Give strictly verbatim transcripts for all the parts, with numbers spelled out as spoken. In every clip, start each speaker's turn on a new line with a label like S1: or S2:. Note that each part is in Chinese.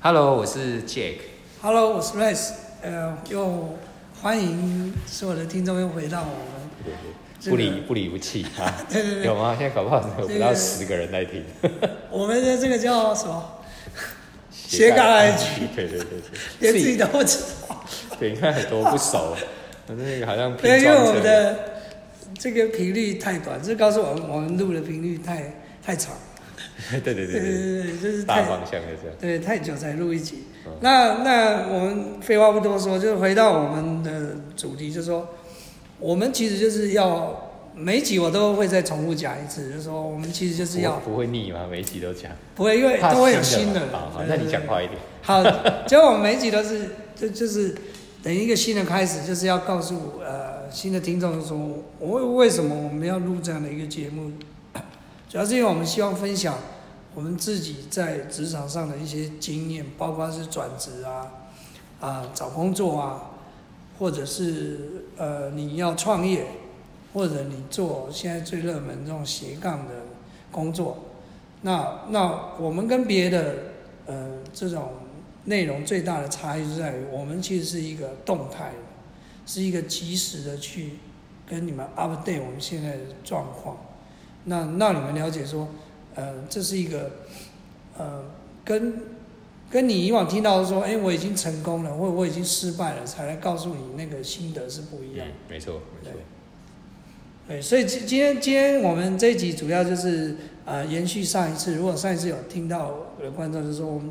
S1: Hello， 我是 Jack。Hello，
S2: 我是 Rice。呃，又欢迎所有的听众又回到我们。
S1: 对对，这个、不离不离不弃啊。
S2: 对对对。
S1: 有吗？现在搞不好有不到十个人在听。
S2: 这个、我们的这个叫什么？斜杠 I G。
S1: 对对对对。
S2: 连自己都不知道。
S1: 对，你看很多不熟，那个好像拼
S2: 对，因为我们的这个频率太短，这告诉我们我们录的频率太太长。
S1: 对对对对对
S2: 对，就是
S1: 大方向就这样。
S2: 对，太久才录一集。嗯、那那我们废话不多说，就回到我们的主题，就是说，我们其实就是要每一集我都会再重复讲一次，就是说，我们其实就是要
S1: 不会腻吗？每一集都讲？
S2: 不会，因为都会有新的。
S1: 好好，那你讲快一点。
S2: 好，结果我们每一集都是就就是等于一个新的开始，就是要告诉呃新的听众说，我为什么我们要录这样的一个节目。主要是因为我们希望分享我们自己在职场上的一些经验，包括是转职啊、啊找工作啊，或者是呃你要创业，或者你做现在最热门这种斜杠的工作。那那我们跟别的呃这种内容最大的差异就在于，我们其实是一个动态的，是一个及时的去跟你们 update 我们现在的状况。那让你们了解说，呃，这是一个，呃，跟跟你以往听到的说，哎，我已经成功了，或我已经失败了，才来告诉你那个心得是不一样。
S1: 嗯，没错，没错。
S2: 对，所以今今天今天我们这一集主要就是呃延续上一次，如果上一次有听到的观众就是说，我们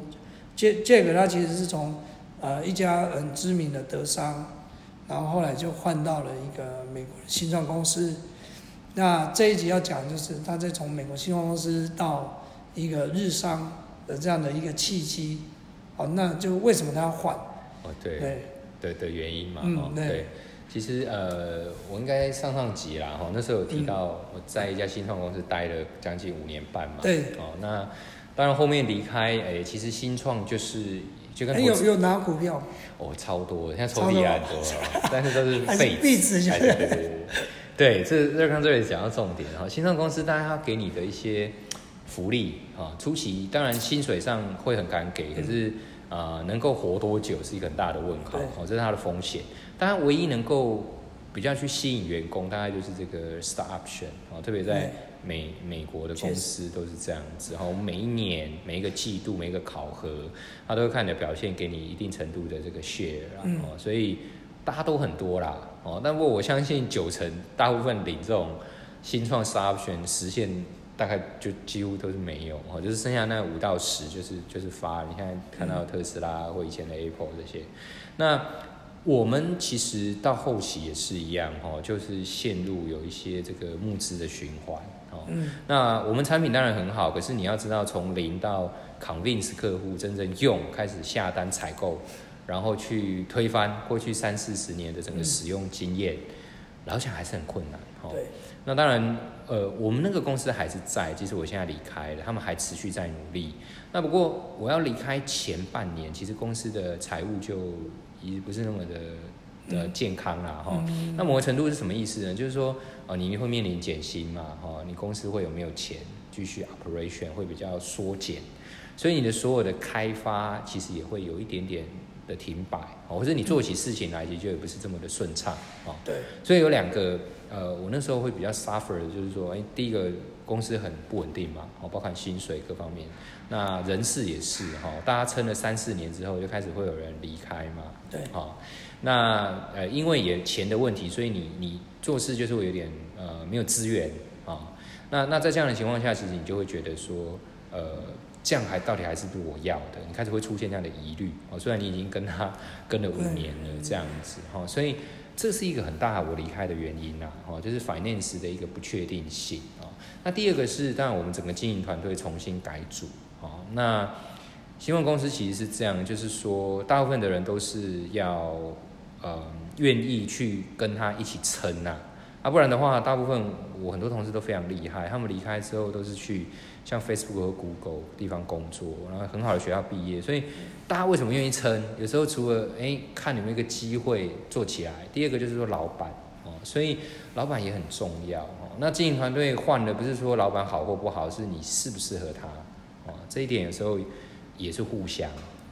S2: Jack 他其实是从呃一家很知名的德商，然后后来就换到了一个美国的新创公司。那这一集要讲的就是他在从美国新创公司到一个日商的这样的一个契机，哦，那就为什么他要换？
S1: 哦，对，
S2: 对
S1: 的的原因嘛，
S2: 嗯，
S1: 哦、
S2: 对,
S1: 对。其实呃，我应该上上集啦，哈、哦，那时候有提到我在一家新创公司待了将近五年半嘛，
S2: 对，
S1: 哦，那当然后面离开，哎，其实新创就是就跟
S2: 哎有有拿股票，
S1: 哦，超多，现在抽离很多了，但是都是废
S2: 币值，
S1: 对对对对。对，这这刚这里讲到重点哈，新创公司当然它给你的一些福利啊，初期当然薪水上会很敢给，可是啊、呃、能够活多久是一个很大的问号，哦，这是它的风险。当然唯一能够比较去吸引员工，大概就是这个 stock option 啊，特别在美美国的公司都是这样子哈，我们每一年每一个季度每一个考核，它都会看你的表现，给你一定程度的这个 share 啊，嗯、所以大家都很多啦。哦，但不过我相信九成大部分领这种新创 stock option 实现大概就几乎都是没有哦，就是剩下那五到十就是就是发。你现在看到特斯拉或以前的 Apple 这些，那我们其实到后期也是一样哦，就是陷入有一些这个募资的循环哦。嗯。那我们产品当然很好，可是你要知道从零到 convince 客户真正用，开始下单采购。然后去推翻过去三四十年的整个使用经验，嗯、老想还是很困难。哦、
S2: 对。
S1: 那当然，呃，我们那个公司还是在，即使我现在离开了，他们还持续在努力。那不过我要离开前半年，其实公司的财务就也不是那么的的健康啦。哈、嗯哦。那某个程度是什么意思呢？就是说，呃，你会面临减薪嘛，哈、哦，你公司会有没有钱继续 operation 会比较缩减，所以你的所有的开发其实也会有一点点的停摆，或者你做起事情来，其实就也不是这么的顺畅，哦。
S2: 对。
S1: 所以有两个，呃，我那时候会比较 suffer 的就是说，哎，第一个公司很不稳定嘛，哦，包括薪水各方面，那人事也是，哈、哦，大家撑了三四年之后，就开始会有人离开嘛，
S2: 对，
S1: 哦，那呃，因为也钱的问题，所以你你做事就是会有点呃没有资源啊、哦，那那在这样的情况下，其实你就会觉得说，呃。这样还到底还是不是我要的？你开始会出现这样的疑虑哦。虽然你已经跟他跟了五年了，这样子哈，所以这是一个很大我离开的原因啦。哦，就是 finance 的一个不确定性啊。那第二个是，当然我们整个经营团队重新改组啊。那新创公司其实是这样，就是说大部分的人都是要呃愿意去跟他一起撑呐。啊，不然的话，大部分我很多同事都非常厉害，他们离开之后都是去像 Facebook 和 Google 地方工作，然后很好的学校毕业，所以大家为什么愿意撑？有时候除了哎看有没有一个机会做起来，第二个就是说老板哦，所以老板也很重要哦。那经营团队换的不是说老板好或不好，是你适不适合他哦，这一点有时候也是互相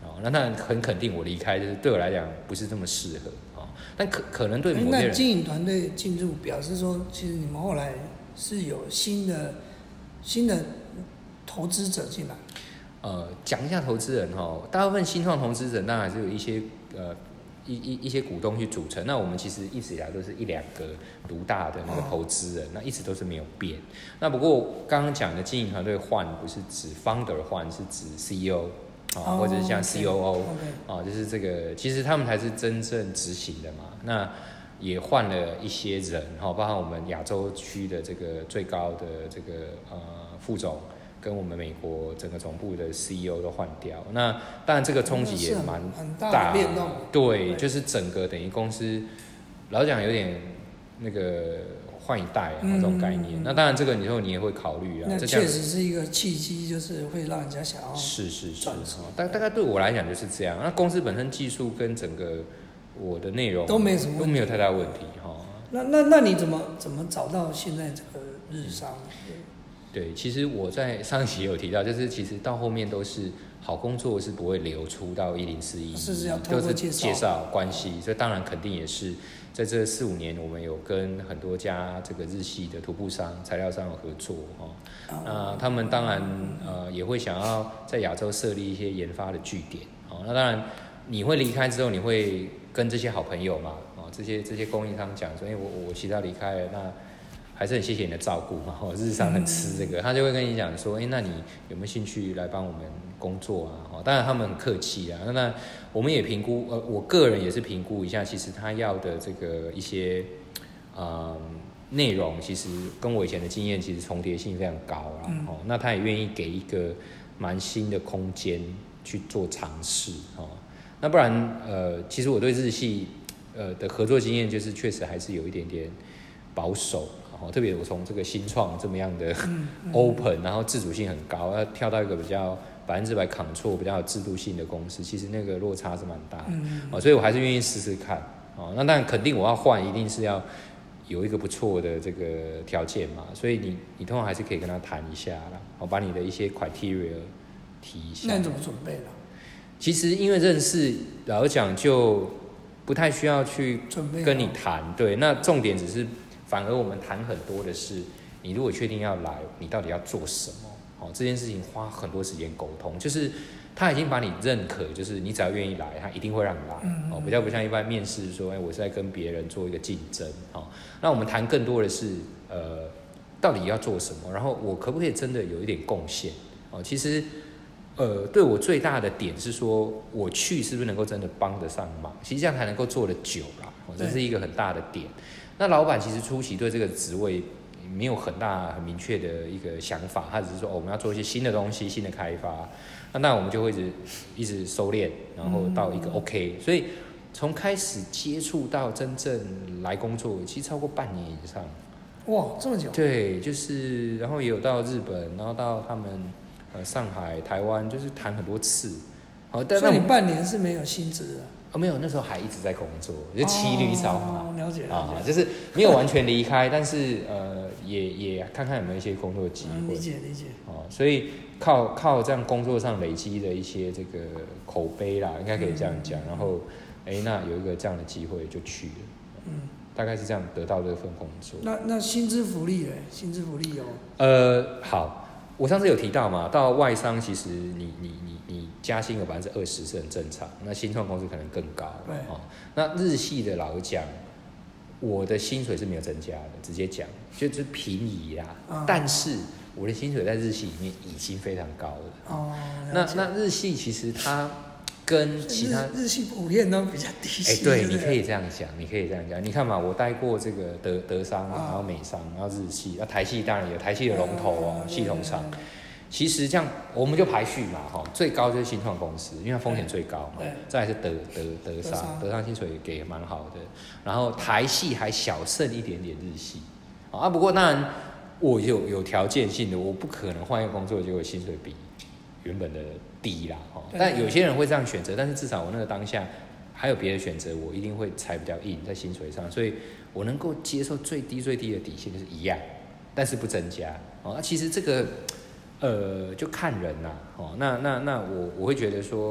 S1: 哦，那那很肯定我离开就是对我来讲不是这么适合哦，但可可能对某些人，
S2: 那经营团队进入表示说，其实你们后来是有新的新的投资者进来。
S1: 呃，讲一下投资人哈，大部分新创投资人当然还是有一些呃一一一些股东去组成。那我们其实一直以来都是一两个独大的那个投资人，那一直都是没有变。那不过刚刚讲的经营团队换不是指 founder 换，是指 C E O 啊、哦，或者是像 C O O 啊、okay. 哦，就是这个，其实他们才是真正执行的嘛。那也换了一些人哈，包含我们亚洲区的这个最高的这个呃副总。跟我们美国整个总部的 C E O 都换掉，那当然这个冲击也蛮大的，
S2: 变动。
S1: 对，就是整个等于公司，老讲有点那个换一代啊、嗯、这种概念。那当然这个以后你也会考虑啊。
S2: 那确实是一个契机，就是会让人家想要
S1: 是是是，大大概对我来讲就是这样。那公司本身技术跟整个我的内容
S2: 都没什么
S1: 都没有太大问题哈。
S2: 那那那你怎么怎么找到现在这个日商？
S1: 对，其实我在上一期有提到，就是其实到后面都是好工作是不会流出到一零四一，都是介绍关系，所以当然肯定也是在这四五年，我们有跟很多家这个日系的徒步商、材料商有合作哈。那、哦、他们当然呃也会想要在亚洲设立一些研发的据点，哦，那当然你会离开之后，你会跟这些好朋友嘛，哦，这些这些供应商讲说，哎、欸，我我其实要离开了，那。还是很谢谢你的照顾嘛，日商很吃这个，他就会跟你讲说，哎、欸，那你有没有兴趣来帮我们工作啊？当然他们很客气啊，那我们也评估，呃，我个人也是评估一下，其实他要的这个一些，呃，内容其实跟我以前的经验其实重叠性非常高啦，嗯、哦，那他也愿意给一个蛮新的空间去做尝试，哦，那不然，呃，其实我对日系，呃的合作经验就是确实还是有一点点保守。特别我从这个新创这么样的 open， 然后自主性很高，要跳到一个比较百分之百 control 比较有制度性的公司，其实那个落差是蛮大的，嗯哦，所以我还是愿意试试看，哦，那当然肯定我要换，一定是要有一个不错的这个条件嘛，所以你你通常还是可以跟他谈一下啦，我把你的一些 criteria 提一下。
S2: 那你怎么准备了？
S1: 其实因为认识，老实讲就不太需要去跟你谈，对，那重点只是。反而我们谈很多的是，你如果确定要来，你到底要做什么？哦，这件事情花很多时间沟通，就是他已经把你认可，就是你只要愿意来，他一定会让你来。哦，比较不像一般面试说，哎，我是在跟别人做一个竞争。哦，那我们谈更多的是，呃，到底要做什么？然后我可不可以真的有一点贡献？哦，其实，呃，对我最大的点是说，我去是不是能够真的帮得上忙？其实这样才能够做得久啦。哦，这是一个很大的点。那老板其实初期对这个职位没有很大很明确的一个想法，他只是说、哦、我们要做一些新的东西、新的开发，那那我们就会一直一直收敛，然后到一个 OK，、嗯、所以从开始接触到真正来工作，其实超过半年以上。
S2: 哇，这么久？
S1: 对，就是然后也有到日本，然后到他们呃上海、台湾，就是谈很多次。好，但
S2: 所以你半年是没有薪资的？
S1: 哦，没有，那时候还一直在工作，就骑驴找马，
S2: 哦，了解
S1: 啊，就是没有完全离开，但是呃，也也看看有没有一些工作机会，
S2: 嗯、理解理解，
S1: 哦，所以靠靠这样工作上累积的一些这个口碑啦，应该可以这样讲，嗯、然后，哎，那有一个这样的机会就去了，嗯，大概是这样得到这份工作。
S2: 那那薪资福利嘞？薪资福利有？
S1: 呃，好。我上次有提到嘛，到外商其实你你你你加薪有百分之二十是很正常，那新创公司可能更高。
S2: 对、
S1: 哦，那日系的老实讲，我的薪水是没有增加的，直接讲就是平移啦、嗯。但是我的薪水在日系里面已经非常高了。
S2: 哦，
S1: 那那日系其实它跟其他
S2: 日, 日系普遍都比较低薪。
S1: 哎、欸，对，你可以这样讲，你可以这样讲。你看嘛，我待过这个德德商，然后美商，然后日系，那台系当然有台系的龙头哦，嗯、系统商。其实这样我们就排序嘛，哈，最高就是新创公司，因为它风险最高嘛。再来是德德德商，德商薪水给蛮好的，然后台系还小剩一点点日系。啊，不过当然我有有条件性的，我不可能换一个工作结果薪水比原本的低啦，哈。但有些人会这样选择，但是至少我那个当下还有别的选择，我一定会踩比较硬在薪水上，所以我能够接受最低最低的底线就是一样，但是不增加。哦，那其实这个呃就看人啦，哦，那那那我我会觉得说，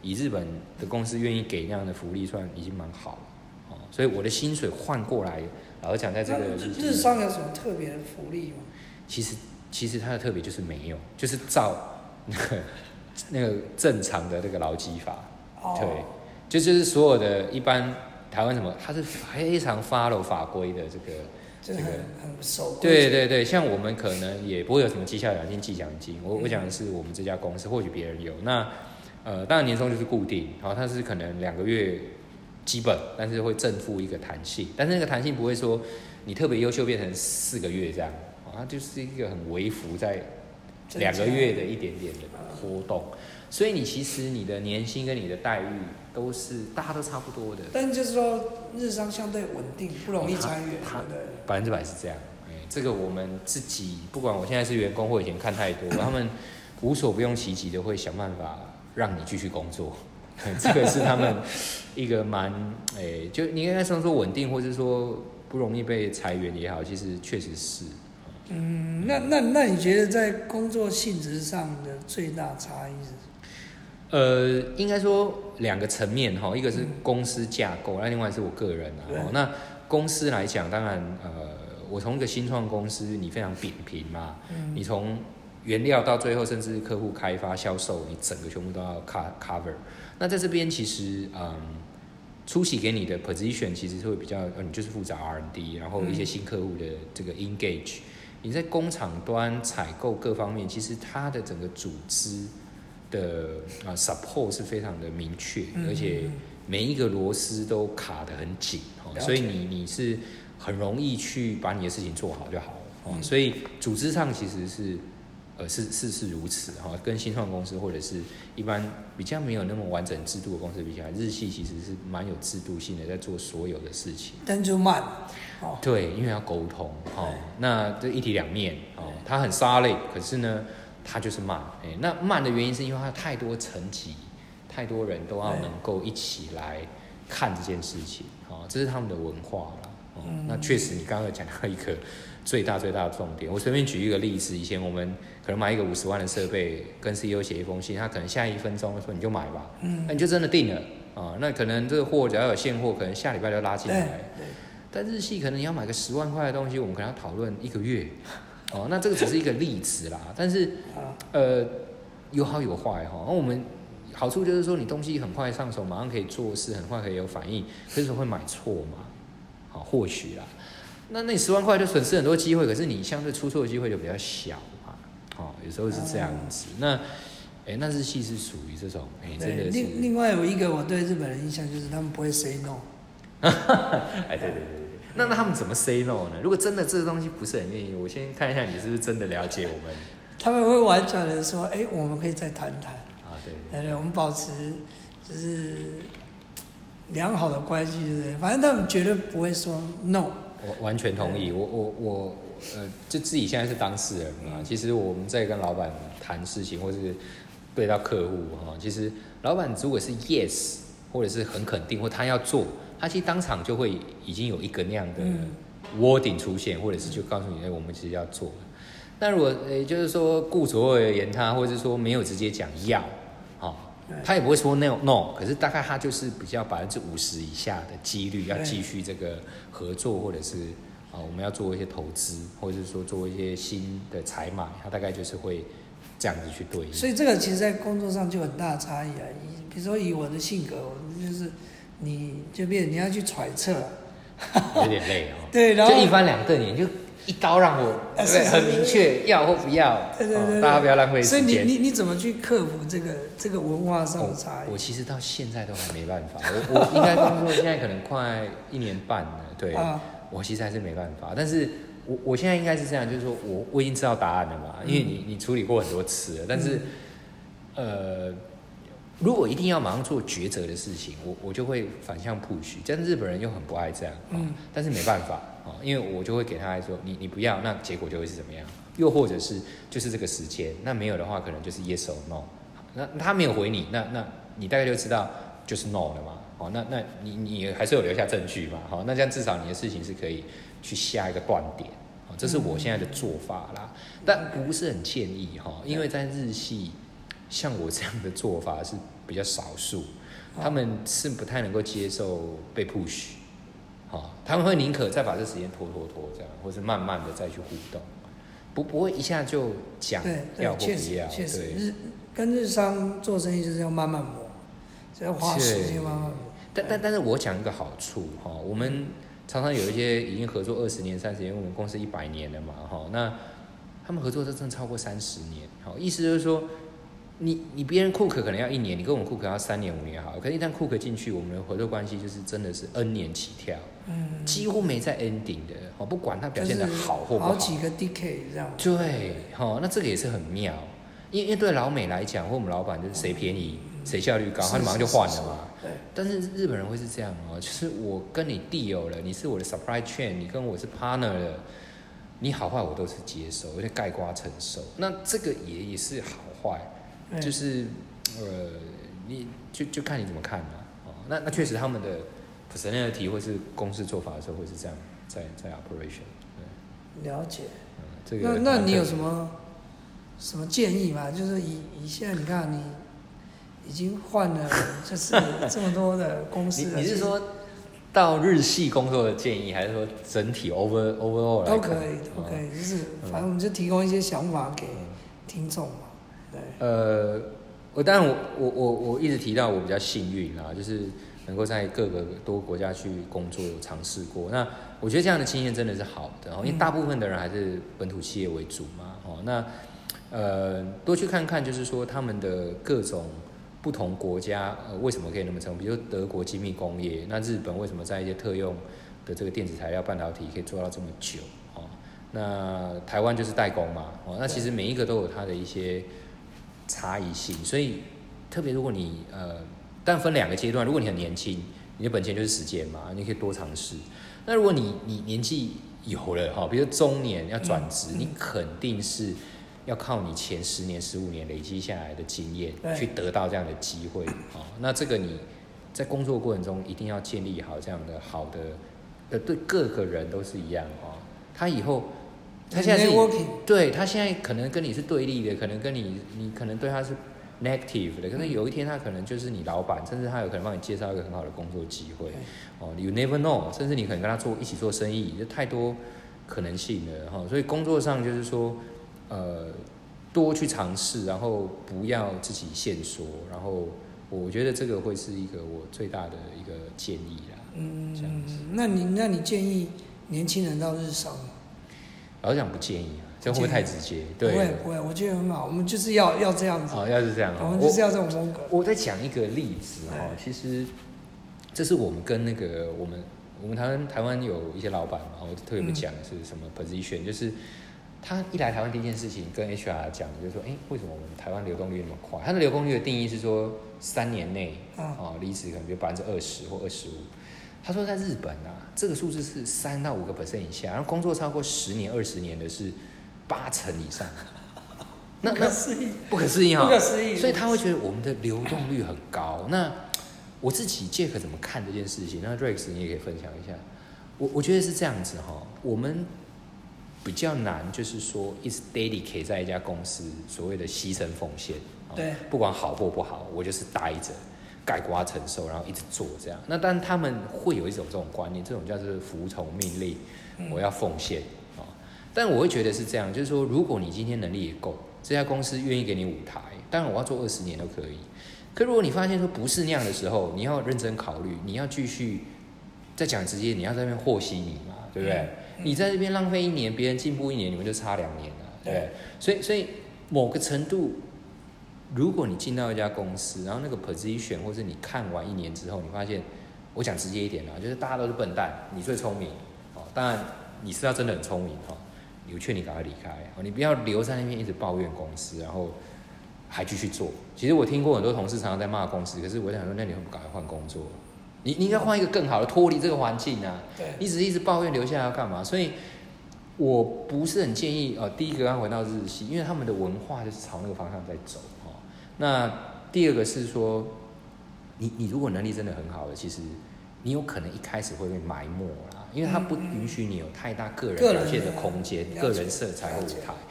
S1: 以日本的公司愿意给那样的福利，算已经蛮好了。哦，所以我的薪水换过来，老实讲，在这个
S2: 日商有什么特别的福利吗？
S1: 其实其实它的特别就是没有，就是照那个那个正常的那个劳基法，哦、对，就就是所有的一般台湾什么，它是非常 follow 法规的这个。
S2: 这个很守规。
S1: 对对对，像我们可能也不会有什么绩效奖金、季奖金。我我讲的是我们这家公司，或许别人有。那呃，当然年终就是固定，然后它是可能两个月基本，但是会正负一个弹性。但是那个弹性不会说你特别优秀变成四个月这样，它就是一个很微幅在两个月的一点点的波动。所以你其实你的年薪跟你的待遇都是大家都差不多的，
S2: 但就是说日商相对稳定，不容易裁员，
S1: 它
S2: 对，
S1: 百分之百是这样。哎，这个我们自己不管我现在是员工或以前看太多，他们无所不用其极的会想办法让你继续工作，这个是他们一个蛮哎，就你应该说说稳定，或是说不容易被裁员也好，其实确实是。
S2: 嗯，那那那你觉得在工作性质上的最大差异是什么？
S1: 呃，应该说两个层面哈，一个是公司架构，那、嗯、另外是我个人啊。那公司来讲，当然呃，我从一个新创公司，你非常扁平嘛，嗯、你从原料到最后，甚至客户开发、销售，你整个全部都要 cover。那在这边其实嗯，初期给你的 position 其实会比较，呃，你就是负责 R and D， 然后一些新客户的这个 engage，、嗯、你在工厂端采购各方面，其实它的整个组织的啊 support 是非常的明确，嗯、而且每一个螺丝都卡得很紧，哦、所以你你是很容易去把你的事情做好就好了，哦嗯、所以组织上其实是呃是是是如此哈，哦，跟新创公司或者是一般比较没有那么完整制度的公司比起来，日系其实是蛮有制度性的在做所有的事情，
S2: 但就慢，哦，
S1: 对，因为要沟通，哦，那这一体两面，哦，它很solid，可是呢。它就是慢，欸，那慢的原因是因为它有太多层级，太多人都要能够一起来看这件事情，哦，这是他们的文化啦，哦嗯、那确实，你刚刚有讲到一个最大最大的重点。我随便举一个例子，以前我们可能买一个五十万的设备，跟 C E O 写一封信，他可能下一分钟说你就买吧，嗯，那你就真的定了啊，那可能这个货只要有现货，可能下礼拜就拉进来。但日系可能你要买个十万块的东西，我们可能要讨论一个月。哦，那这个只是一个例子啦，但是，呃，有好有坏哈。那我们好处就是说，你东西很快上手，马上可以做事，很快可以有反应，可是会买错嘛？好，或许啦。那那十万块就损失很多机会，可是你相对出错的机会就比较小嘛。哦，有时候是这样子。那，哎，那日系是属于这种，哎，真的是。
S2: 另另外有一个我对日本人印象就是他们不会 say no。
S1: 哎，对对对。那那他们怎么 say no 呢？如果真的这个东西不是很愿意，我先看一下你是不是真的了解我们。
S2: 他们会婉转的说：“哎、欸，我们可以再谈谈。”
S1: 啊，对，
S2: 对对，我们保持就是良好的关系，对不对？反正他们绝对不会说 no。
S1: 我完全同意。我我我呃，就自己现在是当事人嘛。其实我们在跟老板谈事情，或是对到客户哈，其实老板如果是 yes， 或者是很肯定，或他要做。他其实当场就会已经有一个那样的 wording 出现，嗯、或者是就告诉你，哎，我们其实要做了。那如果呃，就是说顾左右而言他，或者是说没有直接讲要，哦，他也不会说 no no， 可是大概他就是比较百分之五十以下的几率要继续这个合作，或者是啊、哦、我们要做一些投资，或者是说做一些新的采买，他大概就是会这样子去对应。
S2: 所以这个其实，在工作上就很大的差异啊。比如说以我的性格，我就是。你就变，你要去揣测，
S1: 有点累哦。
S2: 对，然后
S1: 就一翻两瞪眼，就一刀让我，对，是是很明确要或不要。
S2: 对对 对, 对、
S1: 哦，大家不要浪费时间。
S2: 所以你你你怎么去克服这个这个文化上的差异？
S1: 我, 我其实到现在都还没办法。我我应该工作现在可能快一年半了，对，啊、我其实还是没办法。但是我我现在应该是这样，就是说我我已经知道答案了嘛，因为你你处理过很多次了，但是、嗯、呃。如果一定要马上做抉择的事情，我我就会反向 push， 但是日本人又很不爱这样，嗯，但是没办法啊，因为我就会给他来说，你你不要，那结果就会是怎么样？又或者是就是这个时间，那没有的话，可能就是 yes or no， 那他没有回你，那那你大概就知道就是 no 了嘛，好，那那你你还是有留下证据嘛，好，那这样至少你的事情是可以去下一个断点，这是我现在的做法啦，但不是很建议哈，因为在日系。 像我这样的做法是比较少数，他们是不太能够接受被 push， 哦，他们会宁可再把这时间拖拖拖这样，或是慢慢的再去互动，不不会一下就讲要或不要。
S2: 确实，日跟日商做生意就是要慢慢磨，要花时间慢慢磨。
S1: 但但但是我讲一个好处哈，我们常常有一些已经合作二十年、三十年，因为我们公司一百年了嘛哈，那他们合作真的超过三十年，好，意思就是说，你你别人 cook 可能要一年，你跟我们 cook 要三年五年好，可是一旦 cook 进去，我们的合作关系就是真的是 N 年起跳，嗯，几乎没在 ending 的，哦，不管他表现的好或不好，
S2: 好几个 decade 这样。
S1: 对，哈，那这个也是很妙，因为因为对老美来讲，或我们老板就是谁便宜。谁效率高，他马上就换了嘛。
S2: 对。
S1: 但是日本人会是这样哦，就是我跟你 deal 了，你是我的 supply chain， 你跟我是 partner 了，你好坏我都是接受，有点概括承受。那这个也也是好坏，就是呃，你就就看你怎么看嘛。哦，那那确实他们的 personality 或是公司做法的时候会是这样，在在 operation。
S2: 对。了解。
S1: 嗯，这个。
S2: 那那你有什么什么建议吗？就是以以现在你看你。已经换了，就是这么多的公司
S1: 你。你是说到日系工作的建议，还是说整体 over overall
S2: 都可以，都可以，就是反正我们就提供一些想法给听众嘛。对。
S1: 呃，我当然我我我我一直提到我比较幸运啦，就是能够在各个多国家去工作尝试过。那我觉得这样的经验真的是好的，因为大部分的人还是本土企业为主嘛。哦，那呃多去看看，就是说他们的各种。不同国家呃为什么可以那么成功？比如说德国精密工业，那日本为什么在一些特用的这个电子材料半导体可以做到这么久？哦，那台湾就是代工嘛，哦，那其实每一个都有它的一些差异性，所以特别如果你呃，但分两个阶段，如果你很年轻，你的本钱就是时间嘛，你可以多尝试。那如果你你年纪有了哈，比如说中年要转职，嗯嗯、你肯定是。要靠你前十年、十五年累积下来的经验，去得到这样的机会，哦，那这个你在工作过程中一定要建立好这样的好的，呃，对各个人都是一样哦。他以后，他现在是，对他现在可能跟你是对立的，可能跟你，你可能对他是 negative 的，可是有一天他可能就是你老板，甚至他有可能帮你介绍一个很好的工作机会，哦 ，you never know， 甚至你可能跟他做一起做生意，就太多可能性了哈。所以工作上就是说。呃，多去尝试，然后不要自己限缩，然后我觉得这个会是一个我最大的一个建议啦。嗯，这样子。
S2: 那你那你建议年轻人到日商吗？
S1: 老实讲不建议啊，这会不会太直接？对，
S2: 不会不会，我觉得很好，我们就是要要这样子。
S1: 哦，要是这样，
S2: 我们就是要这种风格。
S1: 我, 我再讲一个例子哈，其实这是我们跟那个我们我们台湾台湾有一些老板嘛，我特别讲的是什么 position，、嗯、就是。他一来台湾第一件事情跟 H R 讲，就是说，哎、欸，为什么我们台湾流动率那么快？他的流动率的定义是说，三年内啊离职可能就百分之二十或二十五。他说在日本啊，这个数字是三到五个 percent 以下，然后工作超过十年、二十年的是八成以上。
S2: 那不可思议，
S1: 不可思议哈，
S2: 不可思议。
S1: 所以他会觉得我们的流动率很高。那我自己 Jack 怎么看这件事情？那 Rex 你也可以分享一下。我我觉得是这样子哈，我们。比较难，就是说一直 dedicate 在一家公司，所谓的牺牲奉献，
S2: 对，
S1: 不管好或不好，我就是待着，概括承受，然后一直做这样。那但他们会有一种这种观念，这种叫做服从命令，我要奉献啊、嗯。但我会觉得是这样，就是说，如果你今天能力也够，这家公司愿意给你舞台，当然我要做二十年都可以。可如果你发现说不是那样的时候，你要认真考虑，你要继续再讲直接，你要在那边和稀泥嘛，对不对？嗯你在这边浪费一年，别人进步一年，你们就差两年了，对不对？所以，所以某个程度，如果你进到一家公司，然后那个 position， 或是你看完一年之后，你发现，我讲直接一点啦，就是大家都是笨蛋，你最聪明，哦，当然你是要真的很聪明哈，我劝你赶快离开，哦，你不要留在那边一直抱怨公司，然后还继续做。其实我听过很多同事常常在骂公司，可是我想说，那你会不赶快换工作？你你应该换一个更好的，脱离这个环境啊！
S2: 对，
S1: 你只是一直抱怨留下来要干嘛？所以，我不是很建议呃，第一个要回到日系，因为他们的文化就是朝那个方向在走哦。那第二个是说，你你如果能力真的很好的，其实你有可能一开始会被埋没啦，因为它不允许你有太大个人表现的空间、个人色彩和舞台。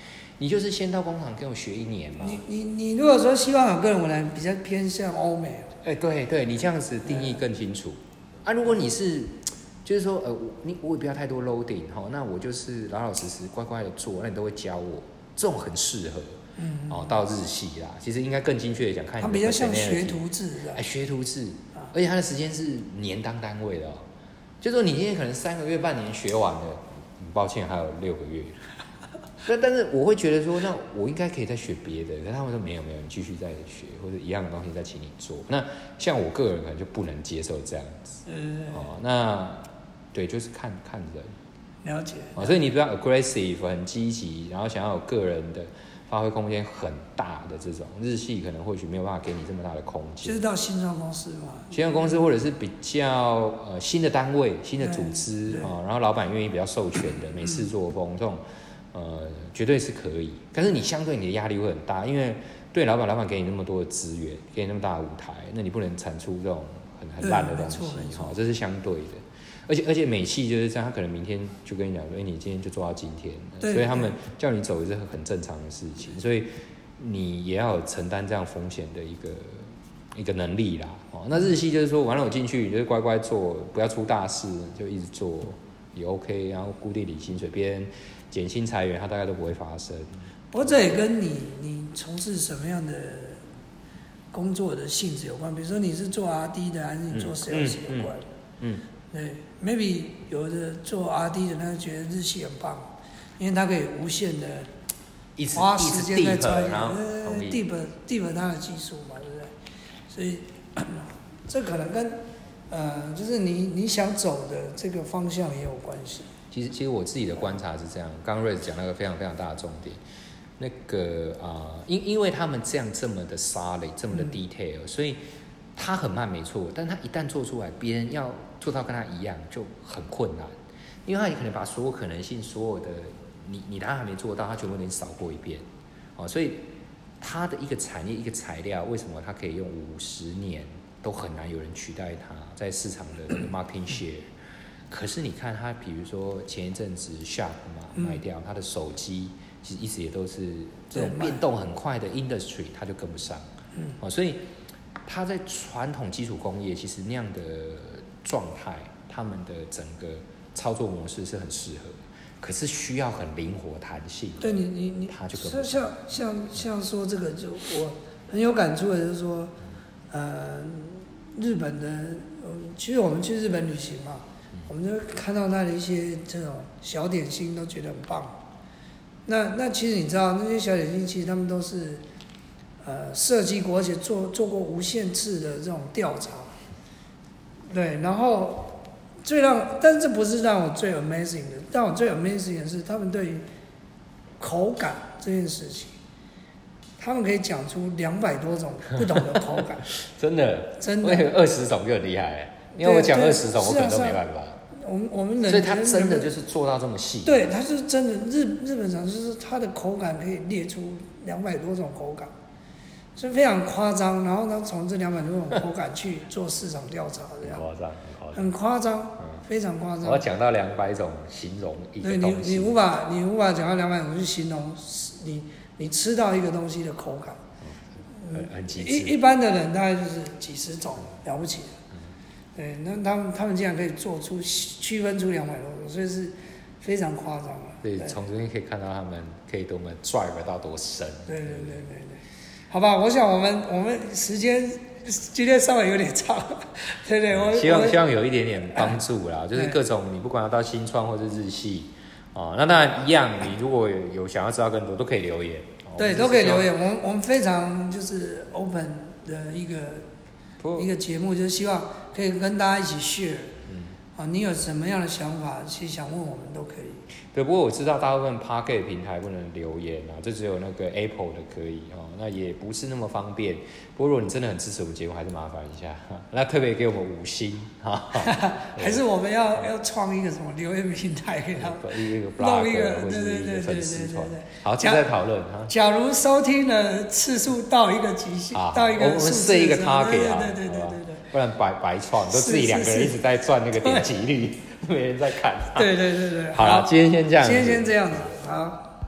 S1: 你就是先到工厂跟我学一年嘛。
S2: 你你你如果说希望有个人，我来比较偏向欧美。
S1: 哎、欸，对对，你这样子定义更清楚。啊，如果你是，就是说，呃，你我也不要太多 loading 哈，那我就是老老实实乖乖的做，那你都会教我，这种很适合。嗯，哦，到日系啦，其实应该更精确的讲，看你的 personality。它
S2: 比较像学徒制，
S1: 哎、欸，学徒制，而且它的时间是年当单位的哦。就是说你今天可能三个月、半年学完了，抱歉还有六个月。但但是我会觉得说，那我应该可以再学别的，可是他们说没有没有，你继续再学，或者一样的东西再请你做。那像我个人可能就不能接受这样子。嗯。哦，那对，就是看看人。
S2: 了解。
S1: 哦，所以你比较 aggressive 很积极，然后想要有个人的发挥空间很大的这种日系，可能或许没有办法给你这么大的空间。
S2: 就是到新创公司嘛。
S1: 新创公司或者是比较呃新的单位、新的组织啊、哦，然后老板愿意比较授权的美式作风这种。呃，绝对是可以，但是你相对你的压力会很大，因为对老板，老板给你那么多的资源，给你那么大的舞台，那你不能产出这种很很烂的东西，哈，这是相对的。而且而且美系就是这样，他可能明天就跟你讲说，哎、欸，你今天就做到今天，所以他们叫你走也是很正常的事情，所以你也要有承担这样风险的一个一个能力啦。哦，那日系就是说，完了我进去，你就是乖乖做，不要出大事，就一直做也 OK， 然后固定领薪水，别人减薪裁员，它大概都不会发生。
S2: 不过这也跟你你从事什么样的工作的性质有关，比如说你是做 R D 的，还是你做 sales 有关。嗯，嗯对 ，maybe 有的做 R D 的，他觉得日系很棒，因为他可以无限的花时间在钻研，呃 ，deep deep 他的技术嘛，对不对？所以这可能跟呃，就是你你想走的这个方向也有关系。
S1: 其实，其实我自己的观察是这样。刚刚瑞子讲那个非常非常大的重点，那个啊、呃，因因为他们这样这么的 solid， 这么的 detail，、嗯、所以他很慢没错，但他一旦做出来，别人要做到跟他一样就很困难，因为他也可能把所有可能性、所有的你你他还没做到，他全部给你扫过一遍，哦，所以他的一个产业一个材料，为什么他可以用五十年都很难有人取代他在市场的那个 marketing share？可是你看他，比如说前一阵子 Sharp 嘛卖掉，他的手机其实一直也都是这种变动很快的 industry， 他就跟不上。嗯，哦，所以他在传统基础工业其实那样的状态，他们的整个操作模式是很适合的，可是需要很灵活弹性。
S2: 对你你你，
S1: 他就跟不上。
S2: 像像像说这个，就我很有感触的，就是说，呃，日本的，其实我们去日本旅行嘛。我们就看到他的一些这种小点心，都觉得很棒。那那其实你知道，那些小点心其实他们都是呃设计过，而且做做过无限次的这种调查。对，然后最让，但是这不是让我最 amazing 的，让我最 amazing 的是他们对于口感这件事情，他们可以讲出两百多种不同的口感。
S1: 真的，
S2: 真的，
S1: 我以为二十种就很厉害。因为我讲二十种，我可能都没办法。
S2: 我们我们人，
S1: 所以他真的就是做到这么细。
S2: 对，他是真的日日本厂就是它的口感可以列出两百多种口感，所以非常夸张。然后他从这两百多种口感去做市场调查，这样。
S1: 夸张，
S2: 很夸张，嗯，非常夸张。
S1: 我要讲到两百种形容一个东西。
S2: 你你无法你无法讲到两百种去形容你你吃到一个东西的口感。
S1: 嗯，很很极致。
S2: 一一般的人大概就是几十种，了不起的。对，那他们他们竟然可以做出区分出两百多种，所以是非常夸张了。
S1: 对，从这边可以看到他们可以多么 drive 到多深。
S2: 对对对对对，好吧，我想我们我们时间今天稍微有点长，对对，我
S1: 希望希望有一点点帮助啦，就是各种你不管要到新创或是日系，哦，那当然一样，你如果有想要知道更多，都可以留言。
S2: 对，都可以留言，我们我们非常就是 open 的一个。一个节目，就是希望可以跟大家一起 share，嗯，啊，你有什么样的想法，其实想问我们都可以。
S1: 对，不过我知道大部分 Podcast 平台不能留言啊，这只有那个 Apple 的可以哦，那也不是那么方便。不过如果你真的很支持我们节目，还是麻烦一下，那特别给我们五星哈。
S2: 还是我们要要创一个什么留言平台给他们，
S1: 一个 blog
S2: 弄一个，
S1: 或者是一个粉丝团。好，接着讨论哈。
S2: 假如收听的次数到一个极限，到一个数字，
S1: 我们设一个 target 啊，
S2: 对对对对对对，
S1: 不然白白创，都自己两个人一直在赚那个点击率。没人在看，
S2: 对对对对，
S1: 好了，今天先这样，
S2: 今天先这样子，好。